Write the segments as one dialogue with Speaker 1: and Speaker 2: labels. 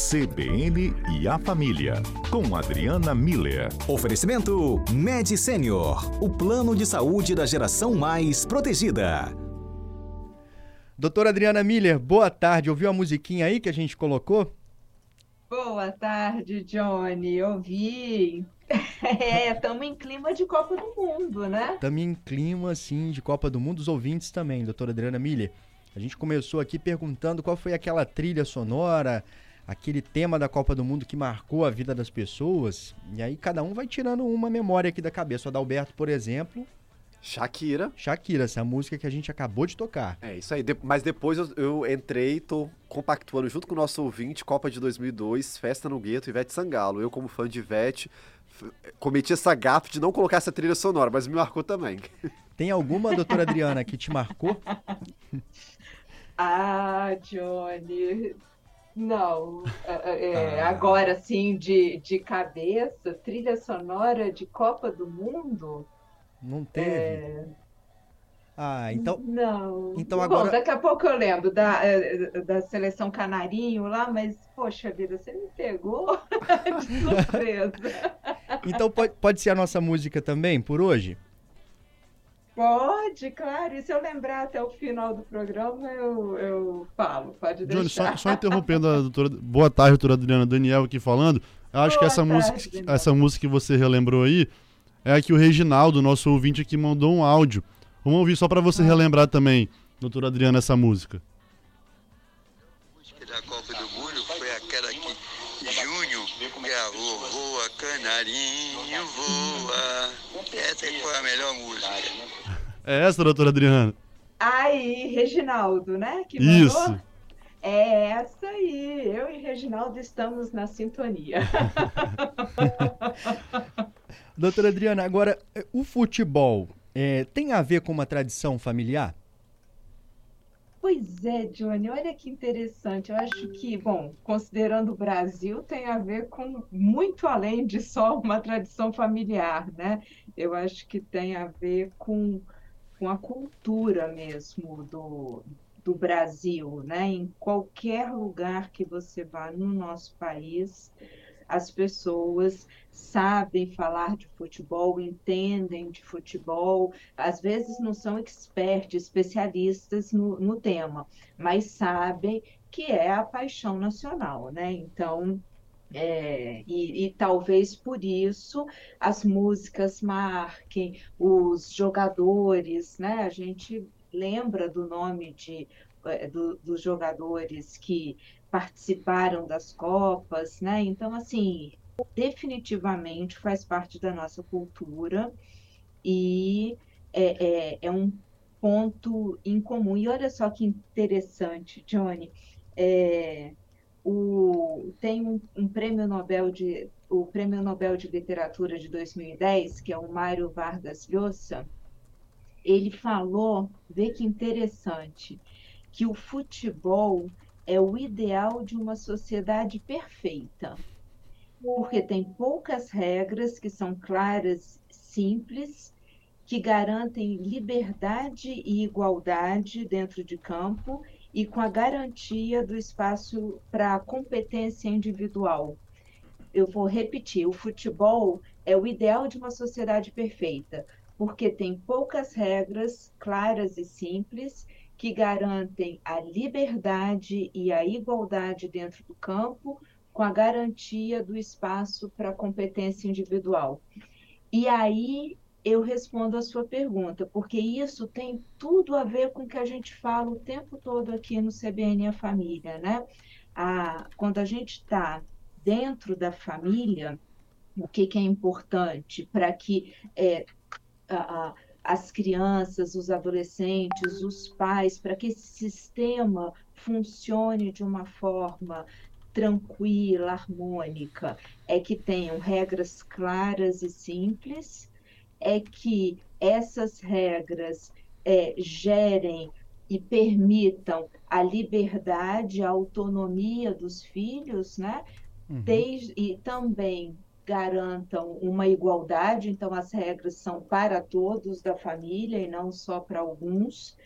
Speaker 1: CBN e a Família, com Adriana Miller.
Speaker 2: Oferecimento Med Senior, o plano de saúde da geração mais protegida.
Speaker 3: Doutora Adriana Miller, boa tarde. Ouviu a musiquinha aí que a gente colocou?
Speaker 4: Boa tarde, Johnny. Ouvi. Estamos em clima de Copa do Mundo, né?
Speaker 3: Estamos em clima, sim, de Copa do Mundo. Os ouvintes também, doutora Adriana Miller. A gente começou aqui perguntando qual foi aquela trilha sonora, aquele tema da Copa do Mundo que marcou a vida das pessoas. E aí cada um vai tirando uma memória aqui da cabeça. O Adalberto, por exemplo...
Speaker 5: Shakira,
Speaker 3: essa música que a gente acabou de tocar.
Speaker 5: É isso aí, mas depois eu entrei, tô compactuando junto com o nosso ouvinte, Copa de 2002, Festa no Gueto, Ivete Sangalo. Eu, como fã de Ivete, cometi essa gafe de não colocar essa trilha sonora, mas me marcou também.
Speaker 3: Tem alguma, doutora Adriana, que te marcou?
Speaker 4: Ah, Johnny, não, agora sim, de cabeça, trilha sonora de Copa do Mundo?
Speaker 3: Não teve? Então...
Speaker 4: Não.
Speaker 3: Então agora...
Speaker 4: Bom, daqui a pouco eu lembro da seleção Canarinho lá, mas, poxa vida, você me pegou de surpresa.
Speaker 3: Então pode ser a nossa música também, por hoje?
Speaker 4: Pode, claro. E se eu lembrar até o final do programa, eu falo. Pode deixar.
Speaker 6: Johnny, só interrompendo a doutora... Boa tarde, doutora Adriana. Daniel aqui falando. Eu acho que essa música que você relembrou aí é a que o Reginaldo, nosso ouvinte aqui, mandou um áudio. Vamos ouvir só para você relembrar também, doutora Adriana, essa música.
Speaker 7: A música da Copa do Mundo foi aquela que Júnior gravou, Voa Canarinho, voa. Essa foi a melhor música.
Speaker 6: É essa, doutora Adriana?
Speaker 4: Aí, Reginaldo, né? Que
Speaker 6: mandou?
Speaker 4: Isso. É essa aí. Eu e Reginaldo estamos na sintonia.
Speaker 3: Doutora Adriana, agora, o futebol tem a ver com uma tradição familiar?
Speaker 4: Pois é, Johnny, olha que interessante. Eu acho que, bom, considerando o Brasil, tem a ver com muito além de só uma tradição familiar, né? Eu acho que tem a ver com a cultura mesmo do Brasil, né? Em qualquer lugar que você vá no nosso país, as pessoas sabem falar de futebol, entendem de futebol, às vezes não são especialistas no tema, mas sabem que é a paixão nacional, né? Então, e talvez por isso as músicas marquem, os jogadores, né? A gente lembra do nome dos jogadores que participaram das Copas, né? Então, assim, definitivamente faz parte da nossa cultura e é um ponto em comum. E olha só que interessante, Johnny, tem um prêmio Nobel o Prêmio Nobel de Literatura de 2010, que é o Mário Vargas Llosa. Ele falou, vê que interessante, que o futebol é o ideal de uma sociedade perfeita, porque tem poucas regras que são claras, simples, que garantem liberdade e igualdade dentro de campo e com a garantia do espaço para a competência individual. Eu vou repetir, o futebol é o ideal de uma sociedade perfeita, porque tem poucas regras claras e simples que garantem a liberdade e a igualdade dentro do campo, com a garantia do espaço para a competência individual. E aí eu respondo a sua pergunta, porque isso tem tudo a ver com o que a gente fala o tempo todo aqui no CBN e a Família, né? Quando a gente está dentro da família, o que é importante para que as crianças, os adolescentes, os pais, para que esse sistema funcione de uma forma tranquila, harmônica, é que tenham regras claras e simples, é que essas regras gerem e permitam a liberdade, a autonomia dos filhos, né? E também garantam uma igualdade, então as regras são para todos da família e não só para alguns,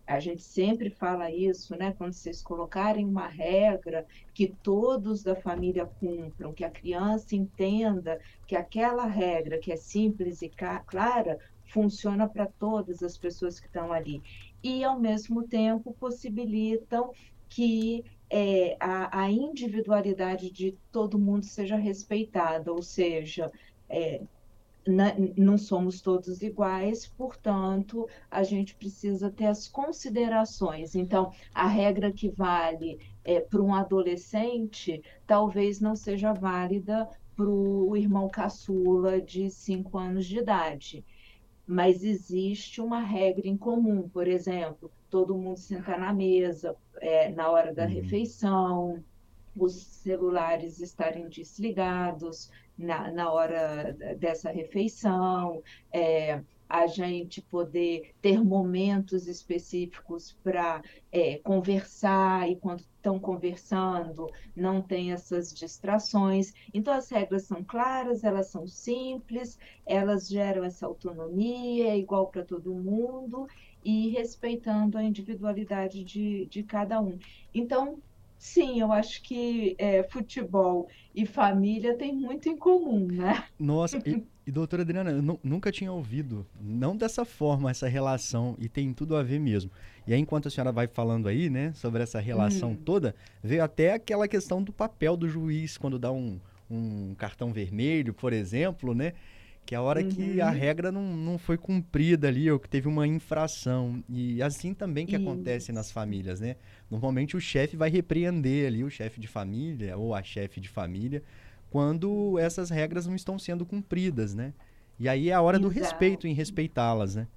Speaker 4: A gente sempre fala isso, né? Quando vocês colocarem uma regra, que todos da família cumpram, que a criança entenda que aquela regra, que é simples e clara, funciona para todas as pessoas que estão ali. E, ao mesmo tempo, possibilitam que a individualidade de todo mundo seja respeitada, ou seja, é, não somos todos iguais, portanto, a gente precisa ter as considerações. Então, a regra que vale para um adolescente talvez não seja válida para o irmão caçula de 5 anos de idade. Mas existe uma regra em comum, por exemplo, todo mundo sentar na mesa na hora da refeição, os celulares estarem desligados na hora dessa refeição, a gente poder ter momentos específicos para conversar, e quando estão conversando, não tem essas distrações. Então, as regras são claras, elas são simples, elas geram essa autonomia, igual para todo mundo, e respeitando a individualidade de cada um. Então, sim, eu acho que futebol e família têm muito em comum, né?
Speaker 3: Nossa, doutora Adriana, eu nunca tinha ouvido, não dessa forma, essa relação, e tem tudo a ver mesmo. E aí, enquanto a senhora vai falando aí, né, sobre essa relação toda, veio até aquela questão do papel do juiz quando dá um cartão vermelho, por exemplo, né? Que a hora que a regra não foi cumprida ali, ou que teve uma infração. E assim também que acontece nas famílias, né? Normalmente o chefe vai repreender ali o chefe de família ou a chefe de família quando essas regras não estão sendo cumpridas, né? E aí é a hora do respeito em respeitá-las, né?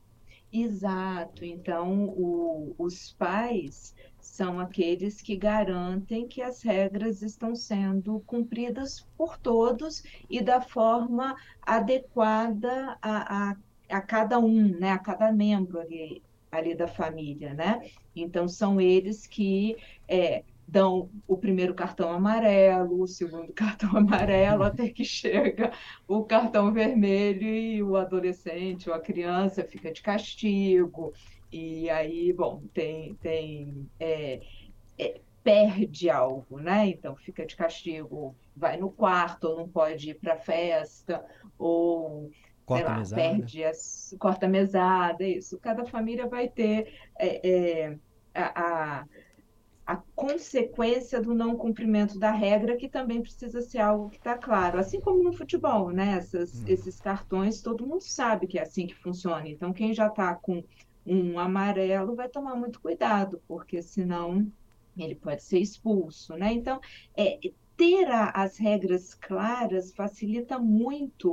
Speaker 4: Exato. Então, os pais são aqueles que garantem que as regras estão sendo cumpridas por todos e da forma adequada a cada um, né? A cada membro ali da família, né? Então, são eles que dão o primeiro cartão amarelo, o segundo cartão amarelo, até que chega o cartão vermelho e o adolescente ou a criança fica de castigo. E aí, bom, perde algo, né? Então fica de castigo, vai no quarto, ou não pode ir para a festa, ou sei
Speaker 3: Corta a
Speaker 4: lá,
Speaker 3: mesada.
Speaker 4: corta a mesada, isso. Cada família vai ter a a consequência do não cumprimento da regra, que também precisa ser algo que está claro. Assim como no futebol, né? Esses cartões, todo mundo sabe que é assim que funciona. Então, quem já está com um amarelo vai tomar muito cuidado, porque senão ele pode ser expulso, né? Então, ter as regras claras facilita muito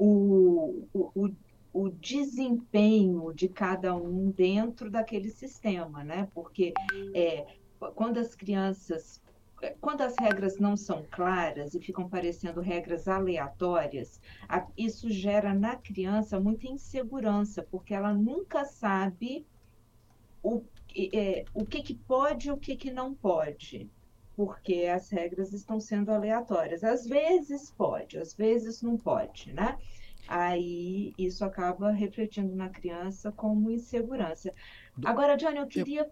Speaker 4: o desempenho de cada um dentro daquele sistema, né? Porque quando quando as regras não são claras e ficam parecendo regras aleatórias, isso gera na criança muita insegurança, porque ela nunca sabe o que pode e o que não pode, porque as regras estão sendo aleatórias. Às vezes pode, às vezes não pode, né? Aí isso acaba refletindo na criança como insegurança. Agora, Johnny, eu queria...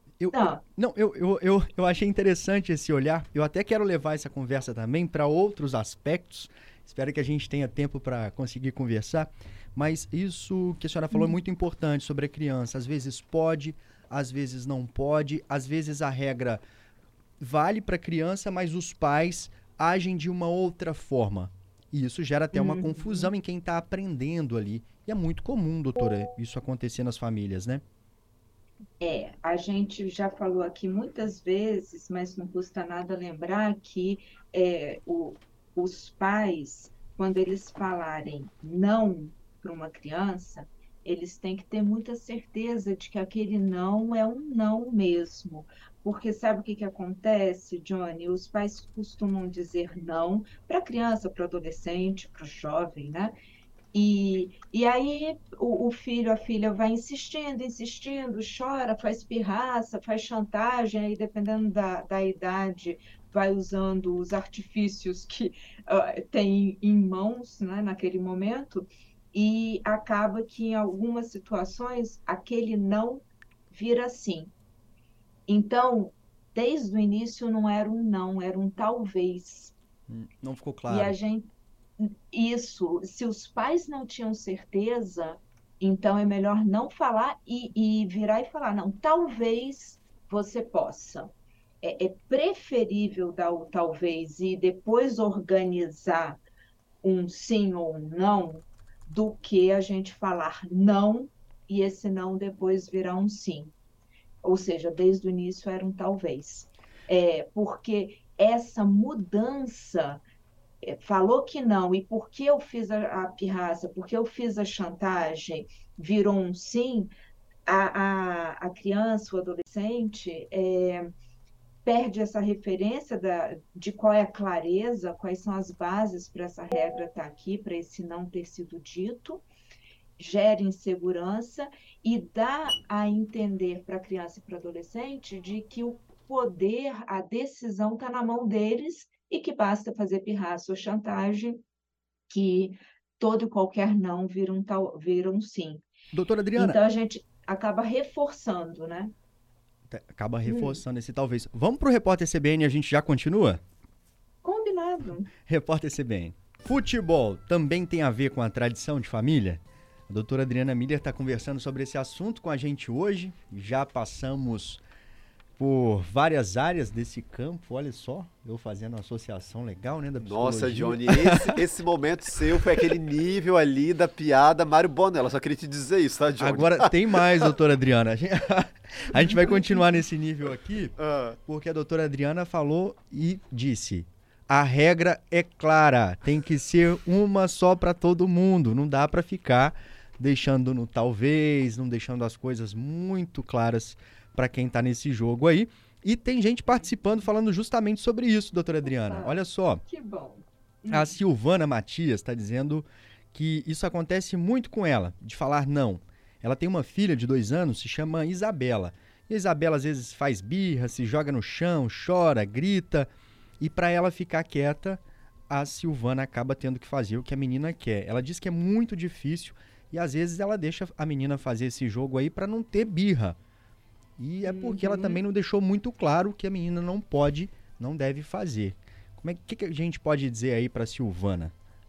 Speaker 3: Eu achei interessante esse olhar. Eu até quero levar essa conversa também para outros aspectos. Espero que a gente tenha tempo para conseguir conversar. Mas isso que a senhora falou é muito importante sobre a criança. Às vezes pode, às vezes não pode. Às vezes a regra vale para a criança, mas os pais agem de uma outra forma. E isso gera até uma confusão em quem está aprendendo ali. E é muito comum, doutora, isso acontecer nas famílias, né?
Speaker 4: A gente já falou aqui muitas vezes, mas não custa nada lembrar que os pais, quando eles falarem não para uma criança, eles têm que ter muita certeza de que aquele não é um não mesmo. Porque sabe o que acontece, Johnny? Os pais costumam dizer não para a criança, para o adolescente, para o jovem, né? E aí o filho, a filha vai insistindo, chora, faz pirraça, faz chantagem, aí dependendo da idade, vai usando os artifícios que tem em mãos, né, naquele momento, e acaba que em algumas situações aquele não vira sim. Então, desde o início não era um não, era um talvez.
Speaker 3: Não ficou
Speaker 4: E
Speaker 3: claro.
Speaker 4: a gente, isso, se os pais não tinham certeza, então é melhor não falar e virar e falar, não, talvez você possa. É preferível dar o talvez e depois organizar um sim ou um não, do que a gente falar não e esse não depois virar um sim. Ou seja, desde o início era um talvez. Porque essa mudança, falou que não, e porque eu fiz a pirraça, porque eu fiz a chantagem, virou um sim, a criança, o adolescente, perde essa referência de qual é a clareza, quais são as bases para essa regra estar aqui, para esse não ter sido dito, gera insegurança e dá a entender para a criança e para o adolescente de que o poder, a decisão está na mão deles e que basta fazer pirraça ou chantagem, que todo e qualquer não vira um sim.
Speaker 3: Doutora Adriana,
Speaker 4: Então a gente acaba reforçando, né?
Speaker 3: acaba reforçando esse talvez. Vamos pro Repórter CBN e a gente já continua?
Speaker 4: Combinado.
Speaker 3: Repórter CBN. Futebol também tem a ver com a tradição de família? A doutora Adriana Miller está conversando sobre esse assunto com a gente hoje. Já passamos por várias áreas desse campo. Olha só, eu fazendo uma associação legal, né, da psicologia.
Speaker 5: Nossa, Johnny, esse momento seu foi aquele nível ali da piada Mário Bonella. Só queria te dizer isso, tá, Johnny?
Speaker 3: Agora tem mais, doutora Adriana. A gente vai continuar nesse nível aqui, porque a doutora Adriana falou e disse: a regra é clara, tem que ser uma só para todo mundo. Não dá para ficar deixando no talvez, não deixando as coisas muito claras para quem está nesse jogo aí. E tem gente participando falando justamente sobre isso, doutora Adriana. Olha só.
Speaker 4: Que bom.
Speaker 3: A Silvana Matias está dizendo que isso acontece muito com ela, de falar não. Ela tem uma filha de 2 anos, se chama Isabela. E a Isabela às vezes faz birra, se joga no chão, chora, grita. E para ela ficar quieta, a Silvana acaba tendo que fazer o que a menina quer. Ela diz que é muito difícil e às vezes ela deixa a menina fazer esse jogo aí para não ter birra. E é porque ela também não deixou muito claro que a menina não pode, não deve fazer. Que a gente pode dizer aí para Silvana?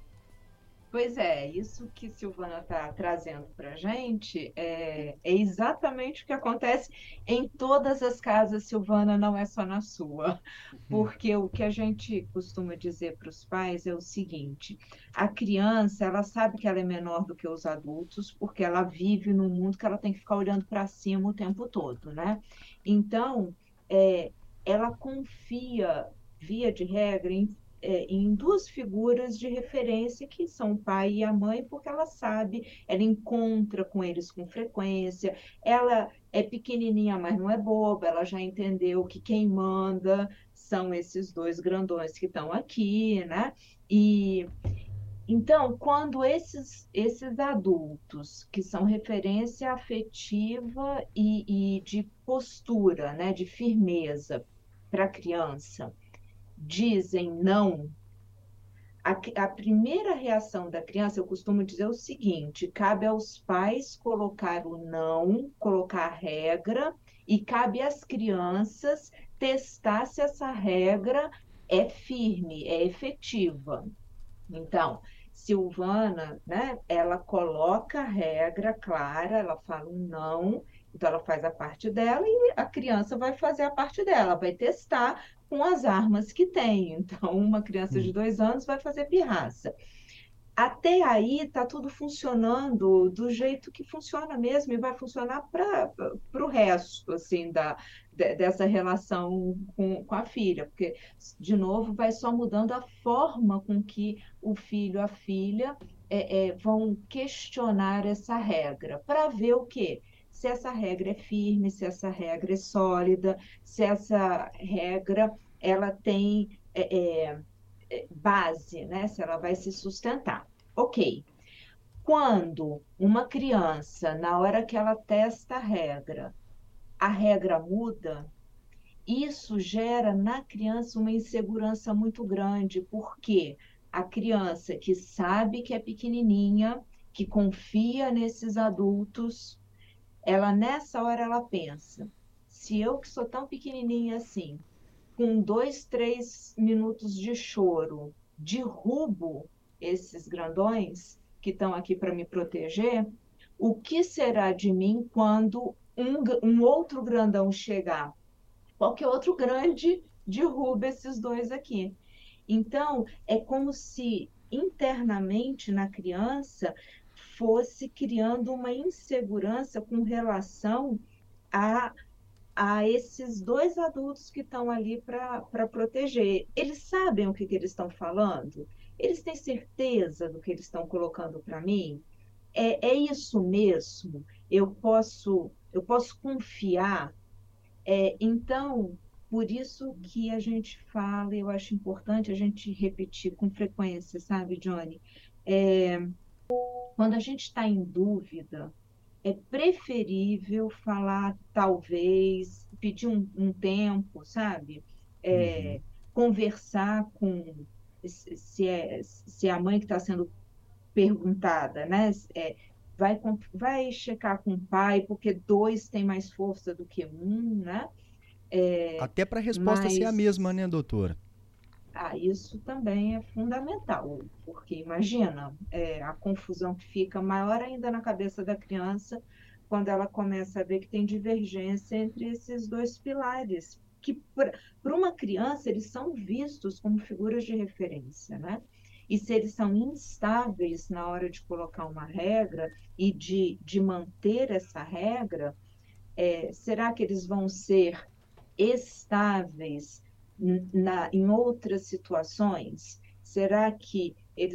Speaker 4: Pois é, isso que Silvana está trazendo para a gente é exatamente o que acontece em todas as casas, Silvana, não é só na sua. Porque o que a gente costuma dizer para os pais é o seguinte: a criança, ela sabe que ela é menor do que os adultos, porque ela vive num mundo que ela tem que ficar olhando para cima o tempo todo, né? Então, ela confia, via de regra, em 2 figuras de referência, que são o pai e a mãe, porque ela sabe, ela encontra com eles com frequência, ela é pequenininha, mas não é boba, ela já entendeu que quem manda são esses 2 grandões que estão aqui, né? E então, quando esses adultos, que são referência afetiva e de postura, né, de firmeza para a criança, dizem não, a primeira reação da criança, eu costumo dizer o seguinte: cabe aos pais colocar o não, colocar a regra, e cabe às crianças testar se essa regra é firme, é efetiva. Então, Silvana, né, ela coloca a regra clara, ela fala um não, então ela faz a parte dela e a criança vai fazer a parte dela, vai testar com as armas que tem. Então, uma criança de 2 anos vai fazer pirraça. Até aí está tudo funcionando do jeito que funciona mesmo e vai funcionar para o resto, assim, dessa relação com a filha, porque, de novo, vai só mudando a forma com que o filho, a filha vão questionar essa regra, para ver o quê? Se essa regra é firme, se essa regra é sólida, se essa regra ela tem base, né? Se ela vai se sustentar. Ok. Quando uma criança, na hora que ela testa a regra muda, isso gera na criança uma insegurança muito grande, porque a criança que sabe que é pequenininha, que confia nesses adultos, ela nessa hora ela pensa, se eu que sou tão pequenininha assim, com 2, 3 minutos de choro, derrubo esses grandões que estão aqui para me proteger, o que será de mim quando um outro grandão chegar? Qualquer outro grande derruba esses dois aqui. Então, é como se internamente na criança fosse criando uma insegurança com relação a, a esses dois adultos que estão ali para proteger. Eles sabem o que eles estão falando? Eles têm certeza do que eles estão colocando para mim? É isso mesmo? Eu posso confiar? Então, por isso que a gente fala, eu acho importante a gente repetir com frequência, sabe, Johnny? É, Quando a gente está em dúvida, é preferível falar talvez, pedir um tempo, sabe?
Speaker 3: Uhum.
Speaker 4: É, Conversar com, se é a mãe que está sendo perguntada, né? Vai checar com o pai, porque dois têm mais força do que um, né?
Speaker 3: Até para a resposta ser a mesma,
Speaker 4: Mas
Speaker 3: né, doutora?
Speaker 4: isso também é fundamental, porque imagina, a confusão que fica maior ainda na cabeça da criança quando ela começa a ver que tem divergência entre esses dois pilares, que para uma criança eles são vistos como figuras de referência, né? E se eles são instáveis na hora de colocar uma regra e de manter essa regra, será que eles vão ser estáveis em outras situações? Será que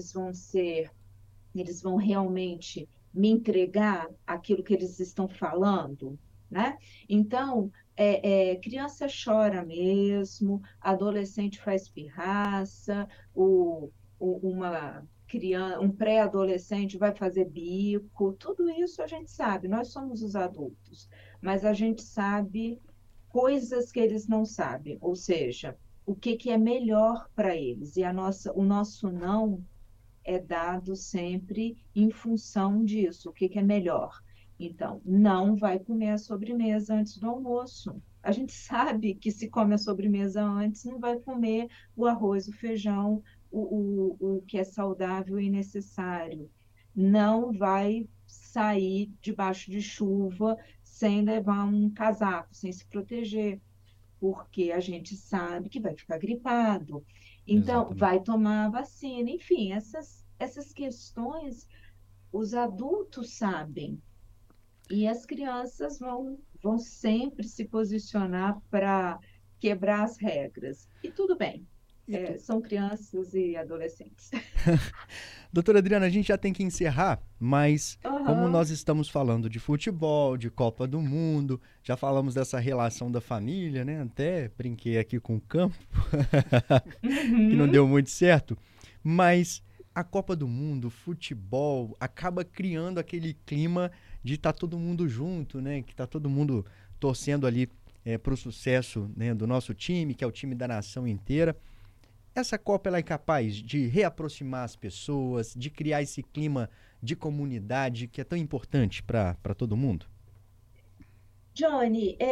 Speaker 4: eles vão realmente me entregar aquilo que eles estão falando, né? Então, criança chora mesmo, adolescente faz pirraça, uma criança, um pré-adolescente vai fazer bico, tudo isso a gente sabe, nós somos os adultos, mas a gente sabe coisas que eles não sabem, ou seja, o que que é melhor para eles. E o nosso não é dado sempre em função disso, o que que é melhor. Então, não vai comer a sobremesa antes do almoço. A gente sabe que se come a sobremesa antes, não vai comer o arroz, o feijão, o que é saudável e necessário. Não vai sair debaixo de chuva sem levar um casaco, sem se proteger, porque a gente sabe que vai ficar gripado. Então,
Speaker 3: Exatamente.
Speaker 4: vai tomar a vacina. Enfim, essas questões os adultos sabem e as crianças vão sempre se posicionar para quebrar as regras. E tudo bem,
Speaker 3: E
Speaker 4: são crianças e adolescentes.
Speaker 3: doutora Adriana, a gente já tem que encerrar, mas como
Speaker 4: Aham.
Speaker 3: nós estamos falando de futebol, de Copa do Mundo, já falamos dessa relação da família, né? Até brinquei aqui com o campo, que não
Speaker 4: Uhum.
Speaker 3: deu muito certo, mas a Copa do Mundo, o futebol, acaba criando aquele clima de estar todo mundo junto, né? Que tá todo mundo torcendo ali para o sucesso, né, do nosso time, que é o time da nação inteira. Essa Copa ela é capaz de reaproximar as pessoas, de criar esse clima de comunidade que é tão importante para todo mundo?
Speaker 4: Johnny,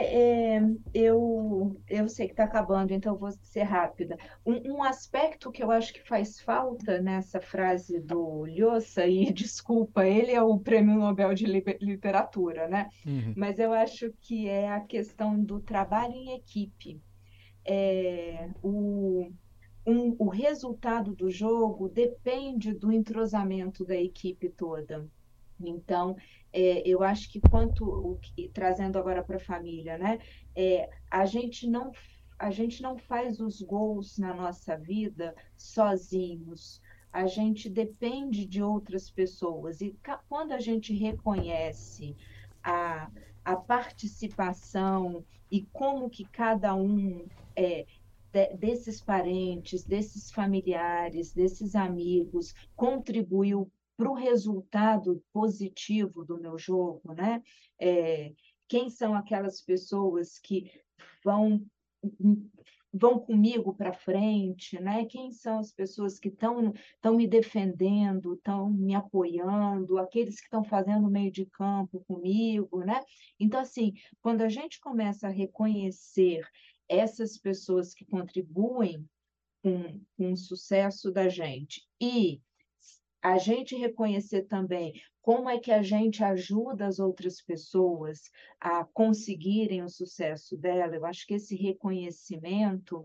Speaker 4: eu sei que está acabando, então eu vou ser rápida. Um aspecto que eu acho que faz falta nessa frase do Lhosa, e desculpa, ele é o Prêmio Nobel de Literatura, né?
Speaker 3: Uhum.
Speaker 4: Mas eu acho que é a questão do trabalho em equipe. É, o resultado do jogo depende do entrosamento da equipe toda. Então, eu acho que trazendo agora para a família, né? A gente não faz os gols na nossa vida sozinhos. A gente depende de outras pessoas. E quando a gente reconhece a, a participação e como que cada um desses parentes, desses familiares, desses amigos contribuiu para o resultado positivo do meu jogo, né? É, Quem são aquelas pessoas que vão vão comigo para frente, né? Quem são as pessoas que estão me defendendo, estão me apoiando, aqueles que estão fazendo o meio de campo comigo, né? Então, assim, quando a gente começa a reconhecer essas pessoas que contribuem com o sucesso da gente e a gente reconhecer também como é que a gente ajuda as outras pessoas a conseguirem o sucesso dela, eu acho que esse reconhecimento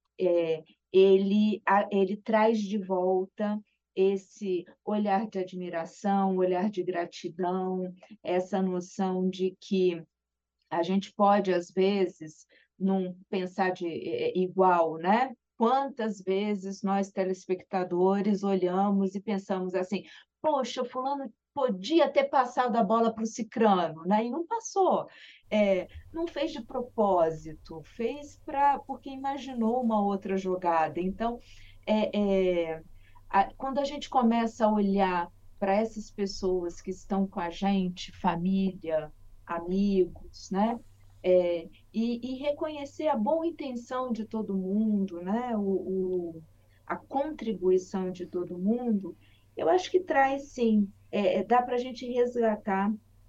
Speaker 4: ele traz de volta esse olhar de admiração, olhar de gratidão, essa noção de que a gente pode, às vezes, não pensar igual, né? Quantas vezes nós, telespectadores, olhamos e pensamos assim, poxa, fulano podia ter passado a bola para o cicrano, né? E não passou. Não fez de propósito, fez porque imaginou uma outra jogada. Então, quando a gente começa a olhar para essas pessoas que estão com a gente, família, amigos, né? E reconhecer a boa intenção de todo mundo, né? A contribuição de todo mundo, eu acho que traz, sim, dá para a gente resgatar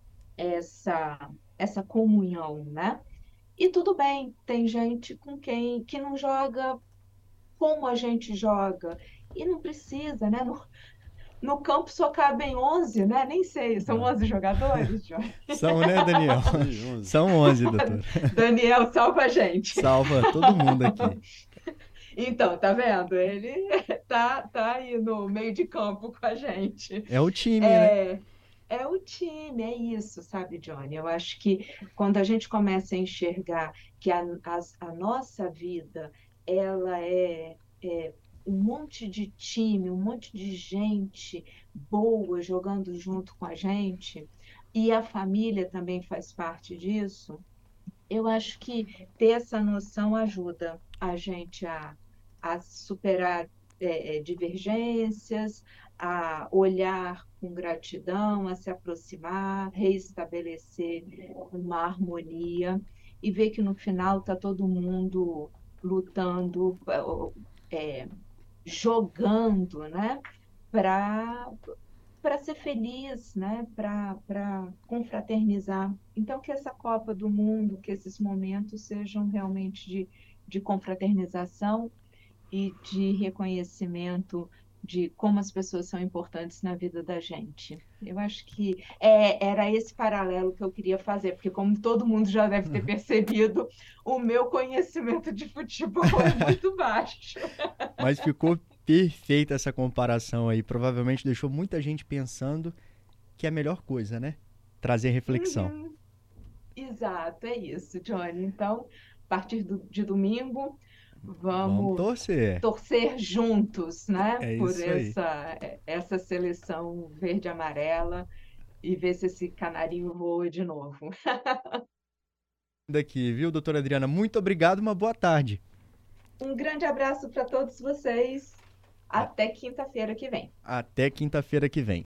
Speaker 4: essa comunhão, né? E tudo bem, tem gente que não joga como a gente joga, e não precisa, né? No campo só cabem 11, né? Nem sei, são 11 jogadores, Jorge?
Speaker 3: São, né, Daniel? São 11, doutor.
Speaker 4: Daniel, salva a gente.
Speaker 3: Salva todo mundo aqui.
Speaker 4: Então, tá vendo? Ele tá aí no meio de campo com a gente.
Speaker 3: É o time, né?
Speaker 4: É o time, é isso, sabe, Johnny? Eu acho que quando a gente começa a enxergar que a nossa vida, ela é um monte de time, um monte de gente boa jogando junto com a gente, e a família também faz parte disso, eu acho que ter essa noção ajuda a gente a superar divergências, a olhar com gratidão, a se aproximar, reestabelecer uma harmonia e ver que no final está todo mundo lutando, jogando, né, para ser feliz, né, para confraternizar. Então, que essa Copa do Mundo, que esses momentos sejam realmente de confraternização e de reconhecimento de como as pessoas são importantes na vida da gente. Eu acho que era esse paralelo que eu queria fazer, porque como todo mundo já deve ter percebido, o meu conhecimento de futebol é muito baixo.
Speaker 3: Mas ficou perfeita essa comparação aí. Provavelmente deixou muita gente pensando que é a melhor coisa, né? Trazer reflexão.
Speaker 4: Uhum. Exato, é isso, Johnny. Então, a partir de domingo, vamos torcer juntos, né? Por essa seleção verde e amarela e ver se esse canarinho voa de novo.
Speaker 3: Daqui, viu, doutora Adriana? Muito obrigado, uma boa tarde.
Speaker 4: Um grande abraço para todos vocês. Até quinta-feira que vem.
Speaker 3: Até quinta-feira que vem.